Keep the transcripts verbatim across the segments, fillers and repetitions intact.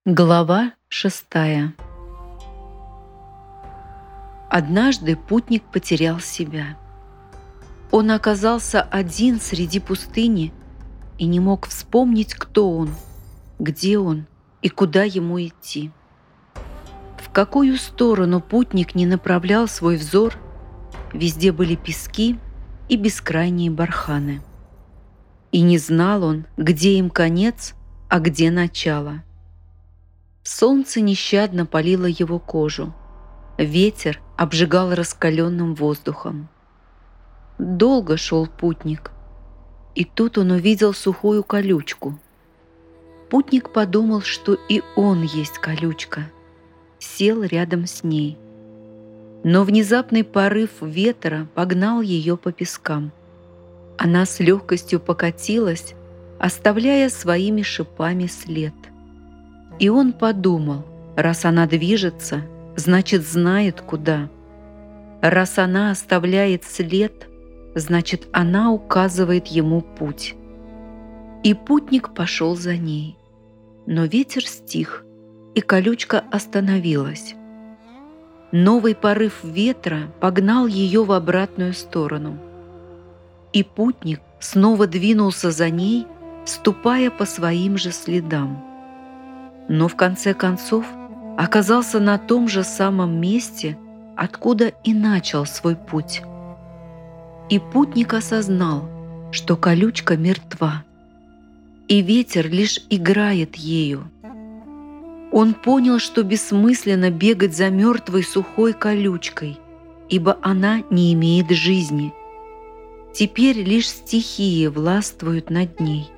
Глава шестая. Однажды путник потерял себя. Он оказался один среди пустыни и не мог вспомнить, кто он, где он и куда ему идти. В какую сторону путник не направлял свой взор, везде были пески и бескрайние барханы. И не знал он, где им конец, а где начало. Солнце нещадно палило его кожу. Ветер обжигал раскаленным воздухом. Долго шел путник, и тут он увидел сухую колючку. Путник подумал, что и он есть колючка, сел рядом с ней. Но внезапный порыв ветра погнал ее по пескам. Она с легкостью покатилась, оставляя своими шипами след. И он подумал, раз она движется, значит, знает куда. Раз она оставляет след, значит, она указывает ему путь. И путник пошел за ней. Но ветер стих, и колючка остановилась. Новый порыв ветра погнал ее в обратную сторону. И путник снова двинулся за ней, ступая по своим же следам. Но в конце концов оказался на том же самом месте, откуда и начал свой путь. И путник осознал, что колючка мертва, и ветер лишь играет ею. Он понял, что бессмысленно бегать за мертвой сухой колючкой, ибо она не имеет жизни. Теперь лишь стихии властвуют над ней.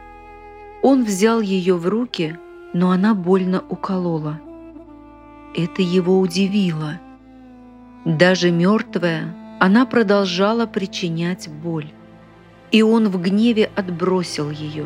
Он взял ее в руки, но она больно уколола. Это его удивило. Даже мертвая, она продолжала причинять боль, и он в гневе отбросил ее.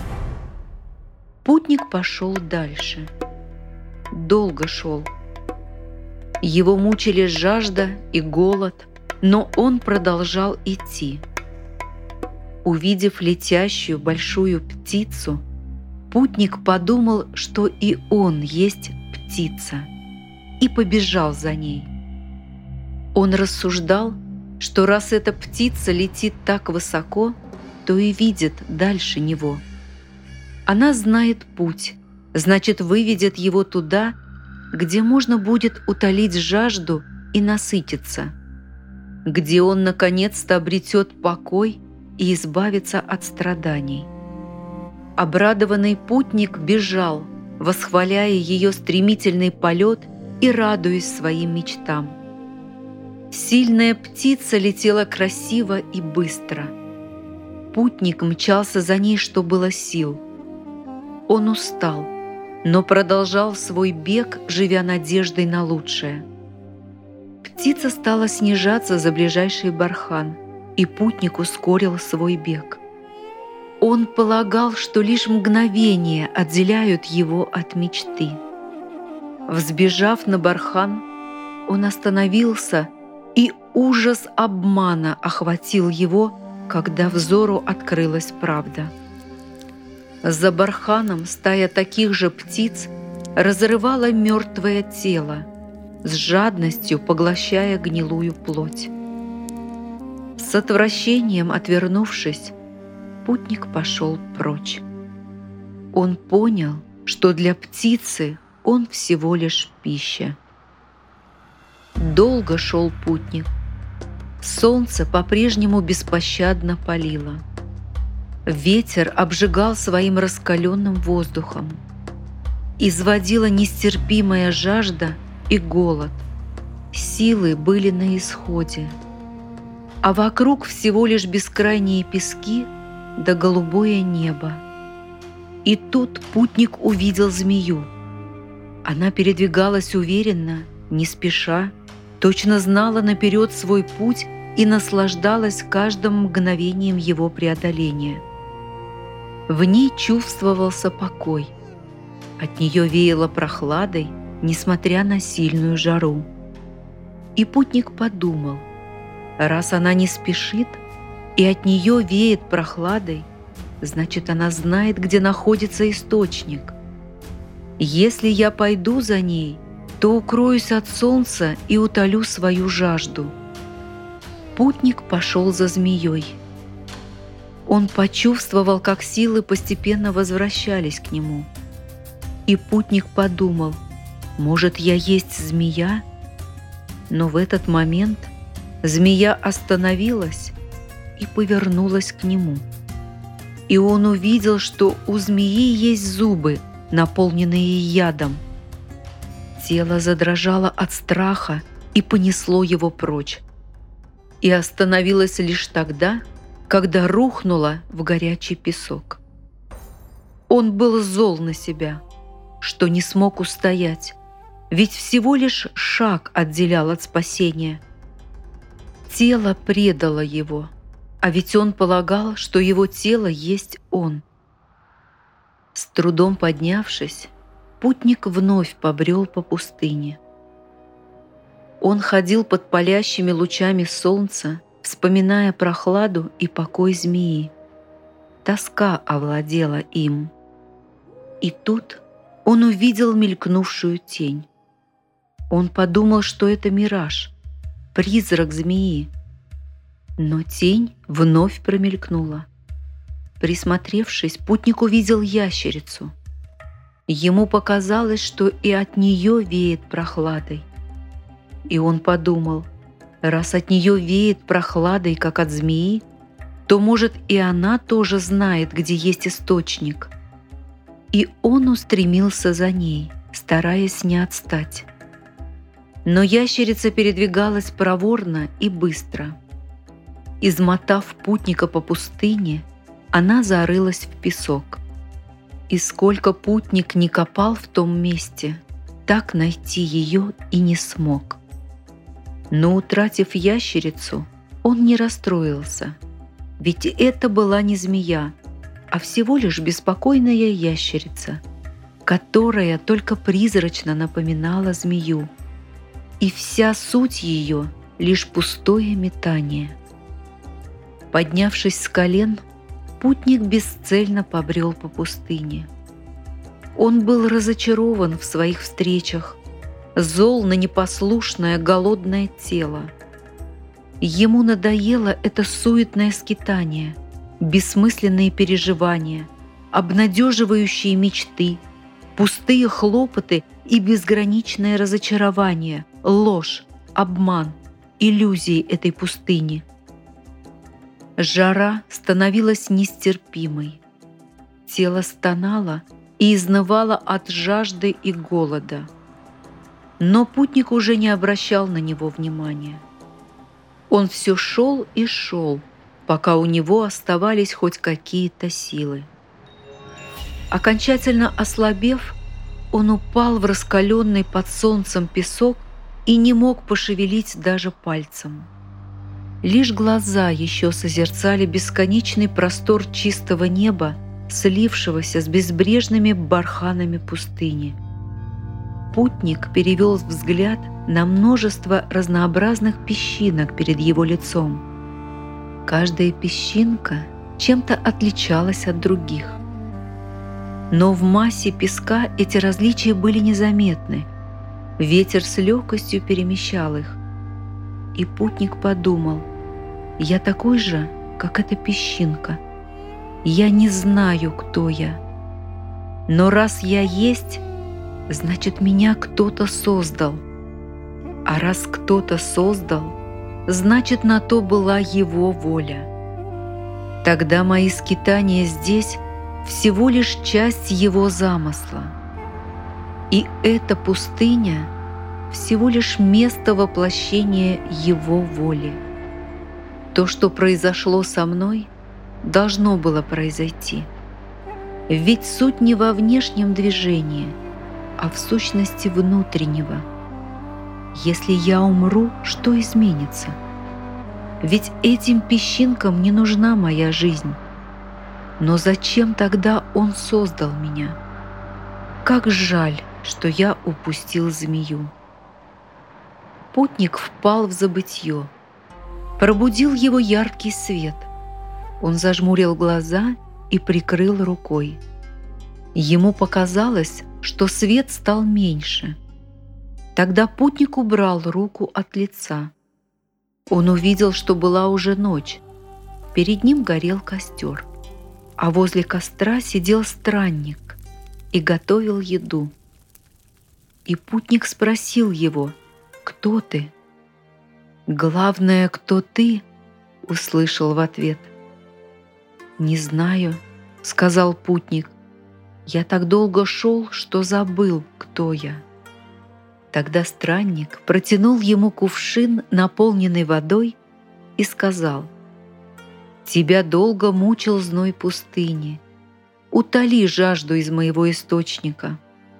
Путник пошел дальше. Долго шел. Его мучили жажда и голод, но он продолжал идти. Увидев летящую большую птицу, путник подумал, что и он есть птица, и побежал за ней. Он рассуждал, что раз эта птица летит так высоко, то и видит дальше него. Она знает путь, значит, выведет его туда, где можно будет утолить жажду и насытиться, где он наконец-то обретет покой и избавится от страданий. Обрадованный путник бежал, восхваляя ее стремительный полет и радуясь своим мечтам. Сильная птица летела красиво и быстро. Путник мчался за ней, что было сил. Он устал, но продолжал свой бег, живя надеждой на лучшее. Птица стала снижаться за ближайший бархан, и путник ускорил свой бег. Он полагал, что лишь мгновения отделяют его от мечты. Взбежав на бархан, он остановился, и ужас обмана охватил его, когда взору открылась правда. За барханом стая таких же птиц разрывала мертвое тело, с жадностью поглощая гнилую плоть. С отвращением отвернувшись, путник пошел прочь. Он понял, что для птицы он всего лишь пища. Долго шел путник. Солнце по-прежнему беспощадно палило. Ветер обжигал своим раскаленным воздухом. Изводила нестерпимая жажда и голод. Силы были на исходе. А вокруг всего лишь бескрайние пески да голубое небо. И тут путник увидел змею. Она передвигалась уверенно, не спеша, точно знала наперед свой путь и наслаждалась каждым мгновением его преодоления. В ней чувствовался покой. От нее веяло прохладой, несмотря на сильную жару. И путник подумал, раз она не спешит, и от нее веет прохладой, значит, она знает, где находится источник. Если я пойду за ней, то укроюсь от солнца и утолю свою жажду». Путник пошел за змеей. Он почувствовал, как силы постепенно возвращались к нему. И путник подумал: «Может, я есть змея?» Но в этот момент змея остановилась и повернулась к нему. И он увидел, что у змеи есть зубы, наполненные ядом. Тело задрожало от страха и понесло его прочь. И остановилось лишь тогда, когда рухнуло в горячий песок. Он был зол на себя, что не смог устоять, ведь всего лишь шаг отделял от спасения. Тело предало его, а ведь он полагал, что его тело есть он. С трудом поднявшись, путник вновь побрел по пустыне. Он ходил под палящими лучами солнца, вспоминая прохладу и покой змеи. Тоска овладела им. И тут он увидел мелькнувшую тень. Он подумал, что это мираж, призрак змеи. Но тень вновь промелькнула. Присмотревшись, путник увидел ящерицу. Ему показалось, что и от нее веет прохладой. И он подумал: раз от нее веет прохладой, как от змеи, то, может, и она тоже знает, где есть источник. И он устремился за ней, стараясь не отстать. Но ящерица передвигалась проворно и быстро. Измотав путника по пустыне, она зарылась в песок. И сколько путник не копал в том месте, так найти ее и не смог. Но, утратив ящерицу, он не расстроился, ведь это была не змея, а всего лишь беспокойная ящерица, которая только призрачно напоминала змею, и вся суть ее — лишь пустое метание. Поднявшись с колен, путник бесцельно побрел по пустыне. Он был разочарован в своих встречах, зол на непослушное голодное тело. Ему надоело это суетное скитание, бессмысленные переживания, обнадеживающие мечты, пустые хлопоты и безграничное разочарование, ложь, обман, иллюзии этой пустыни. Жара становилась нестерпимой. Тело стонало и изнывало от жажды и голода. Но путник уже не обращал на него внимания. Он все шел и шел, пока у него оставались хоть какие-то силы. Окончательно ослабев, он упал в раскаленный под солнцем песок и не мог пошевелить даже пальцем. Лишь глаза еще созерцали бесконечный простор чистого неба, слившегося с безбрежными барханами пустыни. Путник перевел взгляд на множество разнообразных песчинок перед его лицом. Каждая песчинка чем-то отличалась от других. Но в массе песка эти различия были незаметны. Ветер с легкостью перемещал их. И путник подумал: «Я такой же, как эта песчинка. Я не знаю, кто я. Но раз я есть, значит, меня кто-то создал. А раз кто-то создал, значит, на то была его воля. Тогда мои скитания здесь всего лишь часть его замысла. И эта пустыня всего лишь место воплощения его воли. То, что произошло со мной, должно было произойти. Ведь суть не во внешнем движении, а в сущности внутреннего. Если я умру, что изменится? Ведь этим песчинкам не нужна моя жизнь. Но зачем тогда он создал меня? Как жаль, что я упустил змею». Путник впал в забытье. Пробудил его яркий свет. Он зажмурил глаза и прикрыл рукой. Ему показалось, что свет стал меньше. Тогда путник убрал руку от лица. Он увидел, что была уже ночь. Перед ним горел костер, а возле костра сидел странник и готовил еду. И путник спросил его: «Кто ты?» «Главное, кто ты?» — услышал в ответ. «Не знаю», — сказал путник. «Я так долго шел, что забыл, кто я». Тогда странник протянул ему кувшин, наполненный водой, и сказал: «Тебя долго мучил зной пустыни. Утоли жажду из моего источника».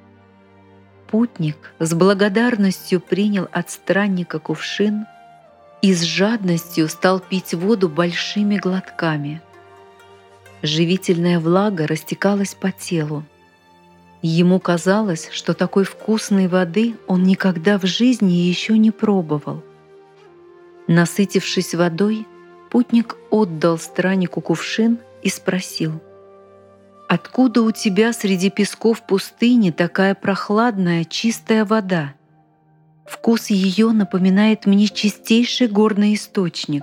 Путник с благодарностью принял от странника кувшин и с жадностью стал пить воду большими глотками. Живительная влага растекалась по телу. Ему казалось, что такой вкусной воды он никогда в жизни еще не пробовал. Насытившись водой, путник отдал страннику кувшин и спросил: «Откуда у тебя среди песков пустыни такая прохладная, чистая вода? Вкус ее напоминает мне чистейший горный источник».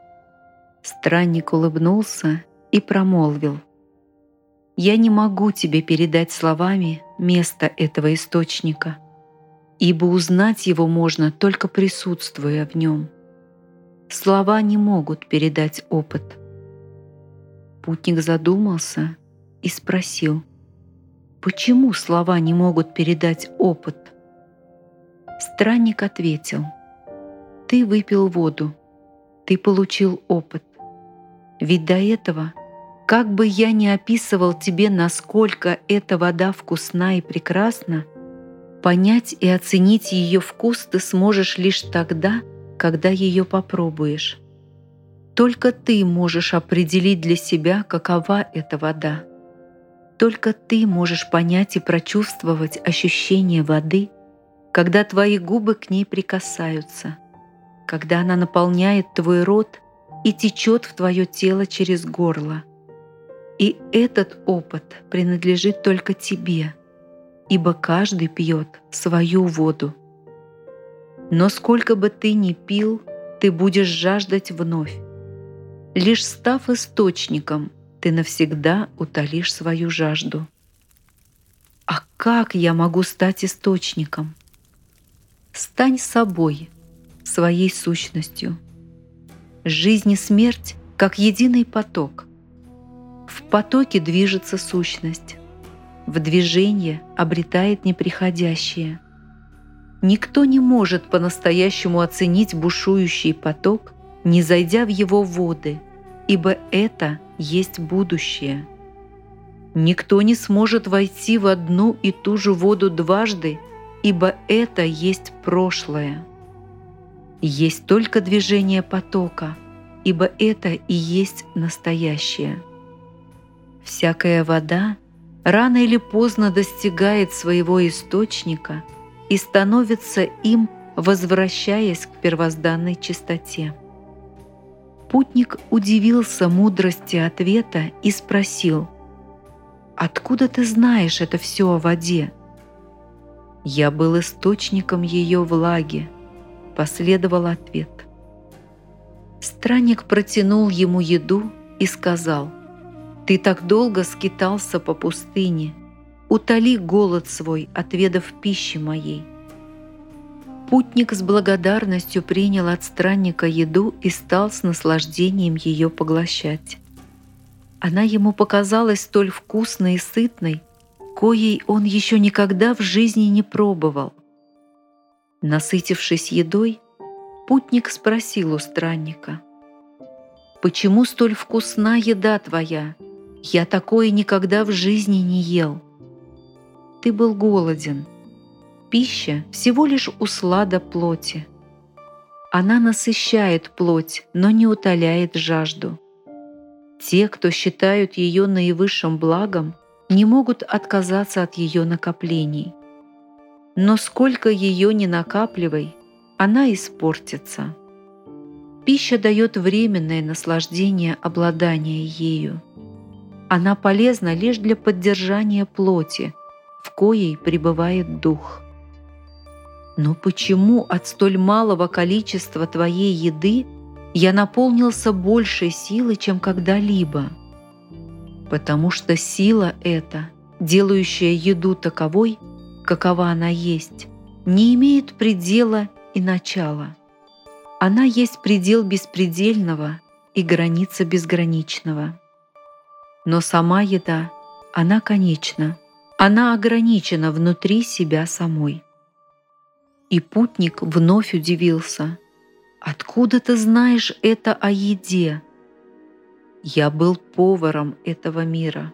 Странник улыбнулся и промолвил: «Я не могу тебе передать словами место этого источника, ибо узнать его можно, только присутствуя в нем. Слова не могут передать опыт». Путник задумался и спросил: «Почему слова не могут передать опыт?» Странник ответил: «Ты выпил воду, ты получил опыт. Ведь до этого, как бы я ни описывал тебе, насколько эта вода вкусна и прекрасна, понять и оценить ее вкус ты сможешь лишь тогда, когда ее попробуешь. Только ты можешь определить для себя, какова эта вода. Только ты можешь понять и прочувствовать ощущение воды, когда твои губы к ней прикасаются, когда она наполняет твой рот и течет в твое тело через горло. И этот опыт принадлежит только тебе, ибо каждый пьет свою воду. Но сколько бы ты ни пил, ты будешь жаждать вновь. Лишь став источником, ты навсегда утолишь свою жажду». «А как я могу стать источником?» «Стань собой, своей сущностью. Жизнь и смерть как единый поток. В потоке движется сущность, в движении обретает неприходящее. Никто не может по-настоящему оценить бушующий поток, не зайдя в его воды, ибо это есть будущее. Никто не сможет войти в одну и ту же воду дважды, ибо это есть прошлое. Есть только движение потока, ибо это и есть настоящее. Всякая вода рано или поздно достигает своего источника и становится им, возвращаясь к первозданной чистоте». Путник удивился мудрости ответа и спросил: «Откуда ты знаешь это все о воде?» «Я был источником ее влаги», — последовал ответ. Странник протянул ему еду и сказал: «Ты так долго скитался по пустыне, утоли голод свой, отведав пищи моей». Путник с благодарностью принял от странника еду и стал с наслаждением ее поглощать. Она ему показалась столь вкусной и сытной, коей он еще никогда в жизни не пробовал. Насытившись едой, путник спросил у странника: «Почему столь вкусна еда твоя? Я такое никогда в жизни не ел». «Ты был голоден. Пища всего лишь услада плоти. Она насыщает плоть, но не утоляет жажду. Те, кто считают ее наивысшим благом, не могут отказаться от ее накоплений. Но сколько ее ни накапливай, она испортится. Пища дает временное наслаждение обладания ею. Она полезна лишь для поддержания плоти, в коей пребывает дух. Но почему от столь малого количества твоей еды я наполнился большей силой, чем когда-либо? Потому что сила эта, делающая еду таковой, какова она есть, не имеет предела и начала. Она есть предел беспредельного и граница безграничного. Но сама еда, она конечна, она ограничена внутри себя самой. И путник вновь удивился. «Откуда ты знаешь это о еде?» «Я был поваром этого мира».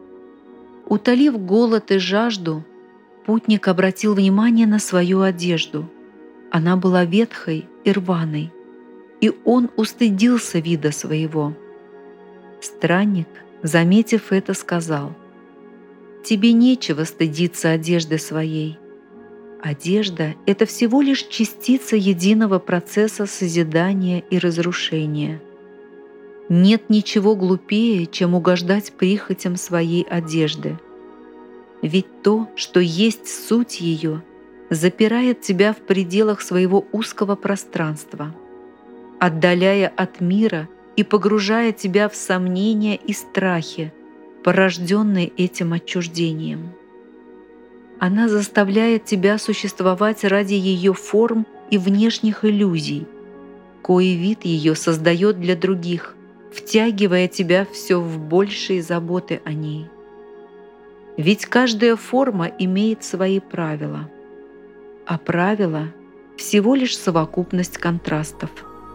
Утолив голод и жажду, путник обратил внимание на свою одежду. Она была ветхой и рваной, и он устыдился вида своего. Странник, заметив это, сказал: «Тебе нечего стыдиться одежды своей. Одежда — это всего лишь частица единого процесса созидания и разрушения. Нет ничего глупее, чем угождать прихотям своей одежды. Ведь то, что есть суть ее, запирает тебя в пределах своего узкого пространства, отдаляя от мира и погружая тебя в сомнения и страхи, порожденные этим отчуждением. Она заставляет тебя существовать ради ее форм и внешних иллюзий, кои вид ее создает для других, втягивая тебя все в большие заботы о ней. Ведь каждая форма имеет свои правила, а правила — всего лишь совокупность контрастов.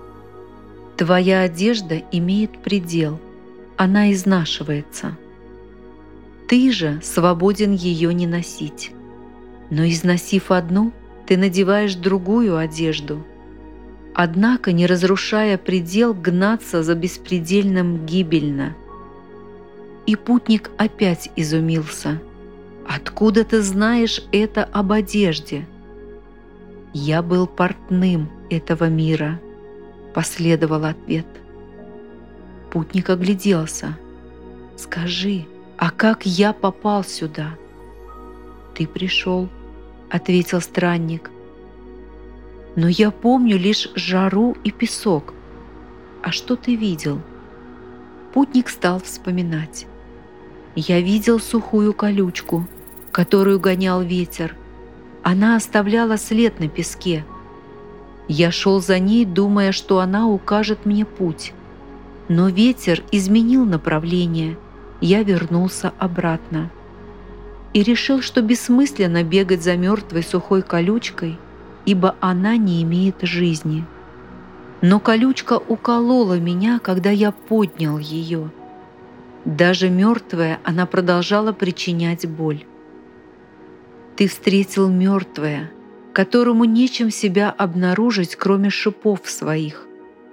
Твоя одежда имеет предел, она изнашивается. Ты же свободен ее не носить. Но износив одну, ты надеваешь другую одежду. Однако, не разрушая предел, гнаться за беспредельным гибельно. И путник опять изумился. «Откуда ты знаешь это об одежде?» «Я был портным этого мира», — последовал ответ. Путник огляделся. «Скажи, а как я попал сюда?» «Ты пришел», — ответил странник. «Но я помню лишь жару и песок. А что ты видел?» Путник стал вспоминать. «Я видел сухую колючку, которую гонял ветер. Она оставляла след на песке. Я шел за ней, думая, что она укажет мне путь. Но ветер изменил направление. Я вернулся обратно и решил, что бессмысленно бегать за мертвой сухой колючкой, ибо она не имеет жизни. Но колючка уколола меня, когда я поднял ее. Даже мертвая она продолжала причинять боль. Ты встретил мертвое, которому нечем себя обнаружить, кроме шипов своих.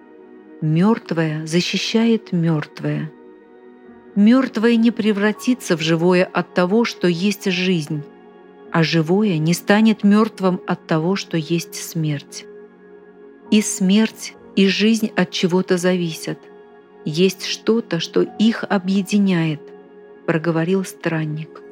Мертвое защищает мертвое. Мертвое не превратится в живое от того, что есть жизнь, а живое не станет мертвым от того, что есть смерть. И смерть, и жизнь от чего-то зависят. Есть что-то, что их объединяет, проговорил странник.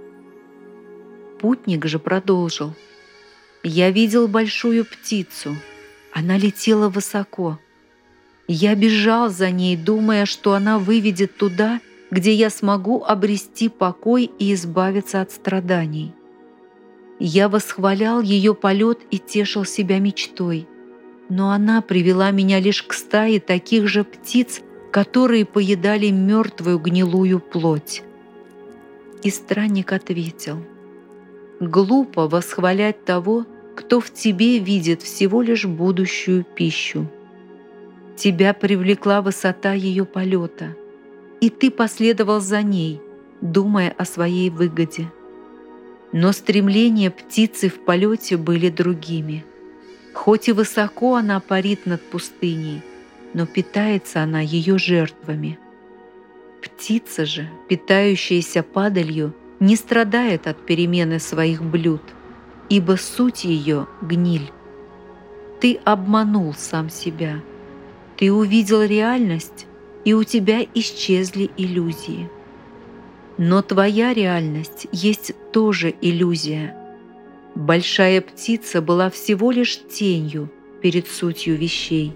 Путник же продолжил. Я видел большую птицу. Она летела высоко. Я бежал за ней, думая, что она выведет туда, где я смогу обрести покой и избавиться от страданий. Я восхвалял ее полет и тешил себя мечтой, но она привела меня лишь к стае таких же птиц, которые поедали мертвую гнилую плоть. И странник ответил: «Глупо восхвалять того, кто в тебе видит всего лишь будущую пищу. Тебя привлекла высота ее полета, и ты последовал за ней, думая о своей выгоде. Но стремления птицы в полете были другими. Хоть и высоко она парит над пустыней, но питается она ее жертвами. Птица же, питающаяся падалью, не страдает от перемены своих блюд, ибо суть ее — гниль. Ты обманул сам себя. Ты увидел реальность, и у тебя исчезли иллюзии. Но твоя реальность есть тоже иллюзия. Большая птица была всего лишь тенью перед сутью вещей.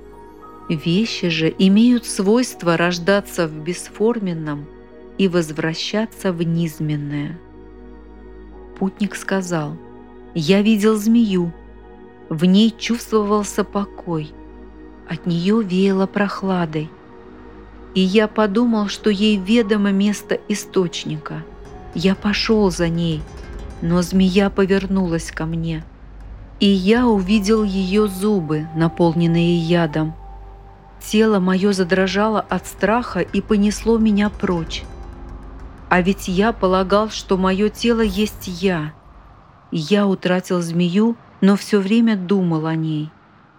Вещи же имеют свойство рождаться в бесформенном и возвращаться в низменное. Путник сказал: «Я видел змею, в ней чувствовался покой, от нее веяло прохладой, и я подумал, что ей ведомо место источника. Я пошел за ней, но змея повернулась ко мне, и я увидел ее зубы, наполненные ядом. Тело мое задрожало от страха и понесло меня прочь. А ведь я полагал, что мое тело есть я. Я утратил змею, но все время думал о ней.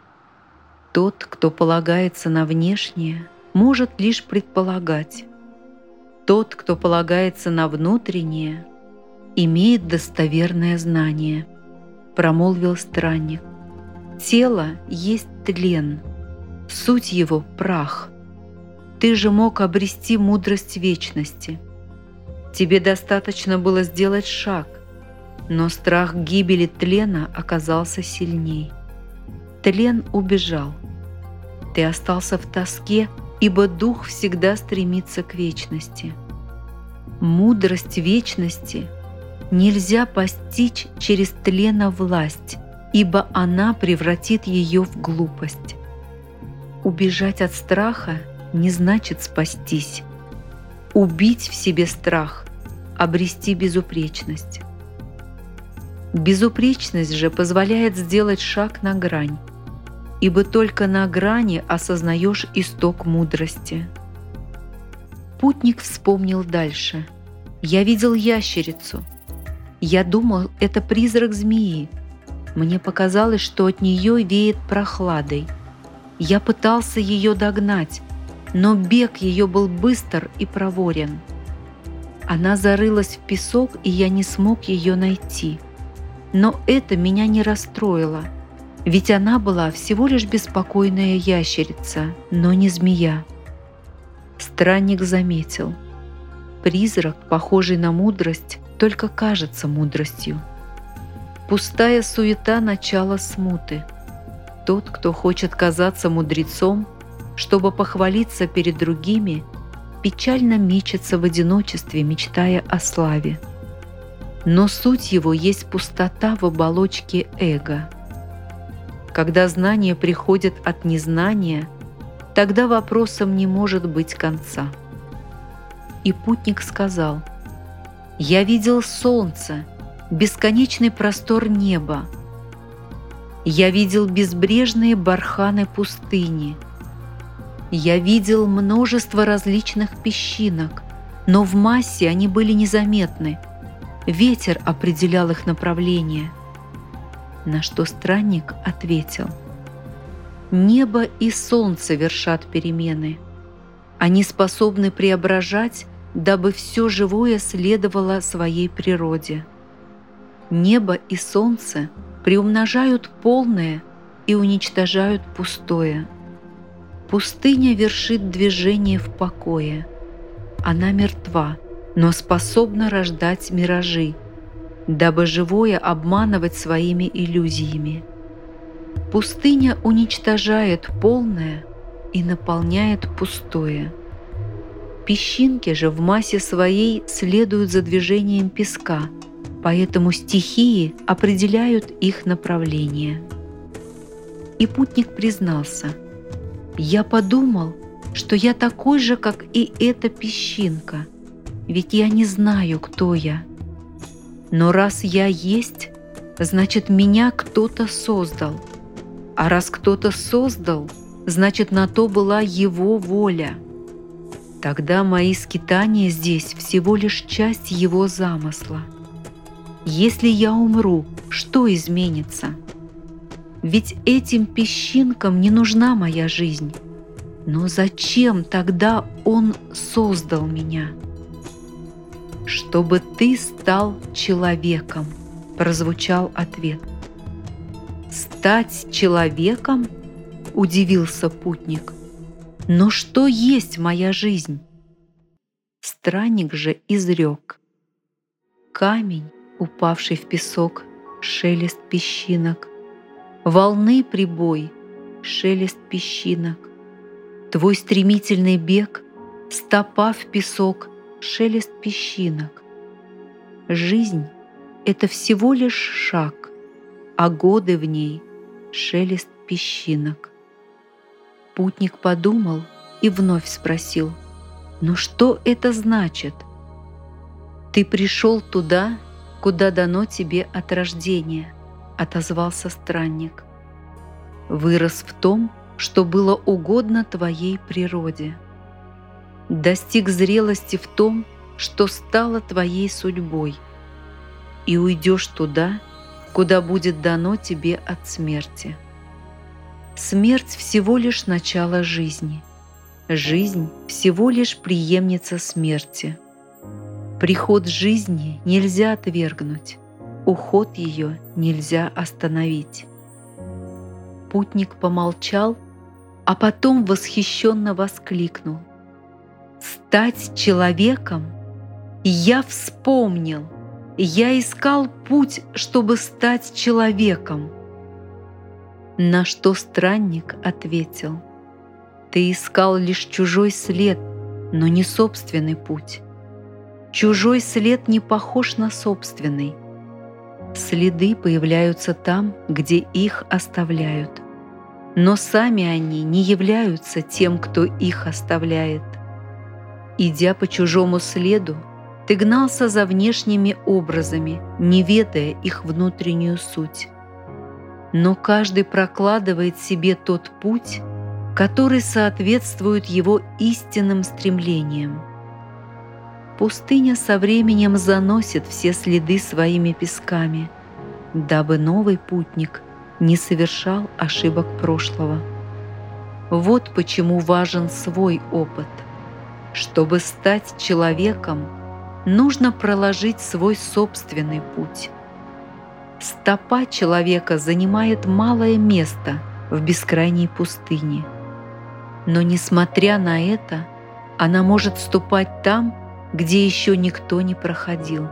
Тот, кто полагается на внешнее, может лишь предполагать. Тот, кто полагается на внутреннее, имеет достоверное знание», — промолвил странник. «Тело есть тлен, суть его — прах. Ты же мог обрести мудрость вечности. Тебе достаточно было сделать шаг, но страх гибели тлена оказался сильней. Тлен убежал. Ты остался в тоске, ибо дух всегда стремится к вечности. Мудрость вечности нельзя постичь через тлена власть, ибо она превратит ее в глупость. Убежать от страха не значит спастись. Убить в себе страх — обрести безупречность. Безупречность же позволяет сделать шаг на грань, ибо только на грани осознаешь исток мудрости». Путник вспомнил дальше. «Я видел ящерицу. Я думал, это призрак змеи. Мне показалось, что от нее веет прохладой. Я пытался ее догнать, но бег ее был быстр и проворен. Она зарылась в песок, и я не смог ее найти. Но это меня не расстроило, ведь она была всего лишь беспокойная ящерица, но не змея». Странник заметил: призрак, похожий на мудрость, только кажется мудростью. Пустая суета — начало смуты. Тот, кто хочет казаться мудрецом, чтобы похвалиться перед другими, печально мечется в одиночестве, мечтая о славе. Но суть его есть пустота в оболочке эго. Когда знание приходит от незнания, тогда вопросом не может быть конца. И путник сказал: «Я видел солнце, бесконечный простор неба. Я видел безбрежные барханы пустыни. Я видел множество различных песчинок, но в массе они были незаметны. Ветер определял их направление». На что странник ответил: «Небо и солнце вершат перемены. Они способны преображать, дабы все живое следовало своей природе. Небо и солнце приумножают полное и уничтожают пустое. Пустыня вершит движение в покое. Она мертва, но способна рождать миражи, дабы живое обманывать своими иллюзиями. Пустыня уничтожает полное и наполняет пустое. Песчинки же в массе своей следуют за движением песка, поэтому стихии определяют их направление». И путник признался: «Я подумал, что я такой же, как и эта песчинка, ведь я не знаю, кто я. Но раз я есть, значит, меня кто-то создал. А раз кто-то создал, значит, на то была его воля. Тогда мои скитания здесь всего лишь часть его замысла. Если я умру, что изменится? Ведь этим песчинкам не нужна моя жизнь. Но зачем тогда он создал меня?» «Чтобы ты стал человеком», — прозвучал ответ. «Стать человеком?» — удивился путник. «Но что есть моя жизнь?» Странник же изрек: камень, упавший в песок, шелест песчинок, волны прибой, шелест песчинок, твой стремительный бег, стопа в песок, шелест песчинок. Жизнь — это всего лишь шаг, а годы в ней — шелест песчинок. Путник подумал и вновь спросил: «Но что это значит?» «Ты пришел туда, куда дано тебе от рождения», — отозвался странник. «Вырос в том, что было угодно твоей природе. Достиг зрелости в том, что стало твоей судьбой, и уйдешь туда, куда будет дано тебе от смерти. Смерть всего лишь начало жизни, жизнь всего лишь преемница смерти. Приход жизни нельзя отвергнуть, уход ее нельзя остановить». Путник помолчал, а потом восхищенно воскликнул: «Стать человеком? Я вспомнил! Я искал путь, чтобы стать человеком!» На что странник ответил: «Ты искал лишь чужой след, но не собственный путь. Чужой след не похож на собственный. Следы появляются там, где их оставляют, но сами они не являются тем, кто их оставляет. Идя по чужому следу, ты гнался за внешними образами, не ведая их внутреннюю суть. Но каждый прокладывает себе тот путь, который соответствует его истинным стремлениям. Пустыня со временем заносит все следы своими песками, дабы новый путник не совершал ошибок прошлого. Вот почему важен свой опыт. Чтобы стать человеком, нужно проложить свой собственный путь. Стопа человека занимает малое место в бескрайней пустыне, но, несмотря на это, она может ступать там, где еще никто не проходил.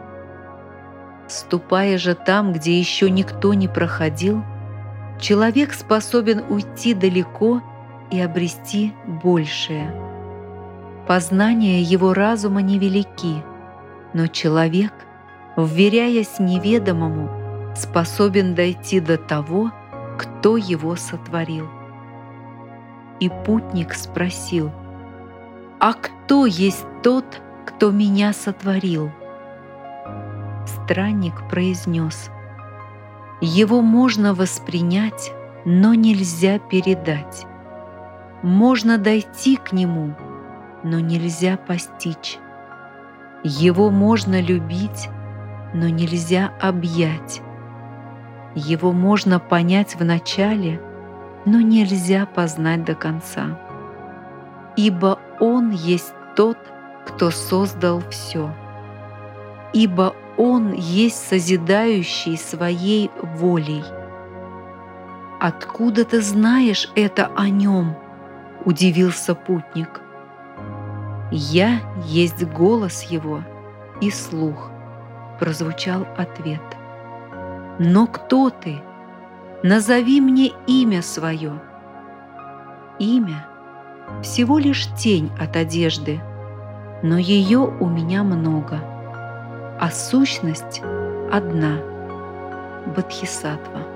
Ступая же там, где еще никто не проходил, человек способен уйти далеко и обрести большее. Познания его разума невелики, но человек, вверяясь неведомому, способен дойти до того, кто его сотворил. И путник спросил: «А кто есть тот, кто меня сотворил?» Странник произнес: «Его можно воспринять, но нельзя передать. Можно дойти к нему, но нельзя постичь. Его можно любить, но нельзя объять. Его можно понять в начале, но нельзя познать до конца. Ибо Он есть тот, кто создал все. Ибо Он есть созидающий своей волей». «Откуда ты знаешь это о Нем?» – удивился путник. «Я есть голос Его и слух», – прозвучал ответ. «Но кто ты? Назови мне имя свое». «Имя – всего лишь тень от одежды, но ее у меня много, а сущность одна – Бодхисаттва».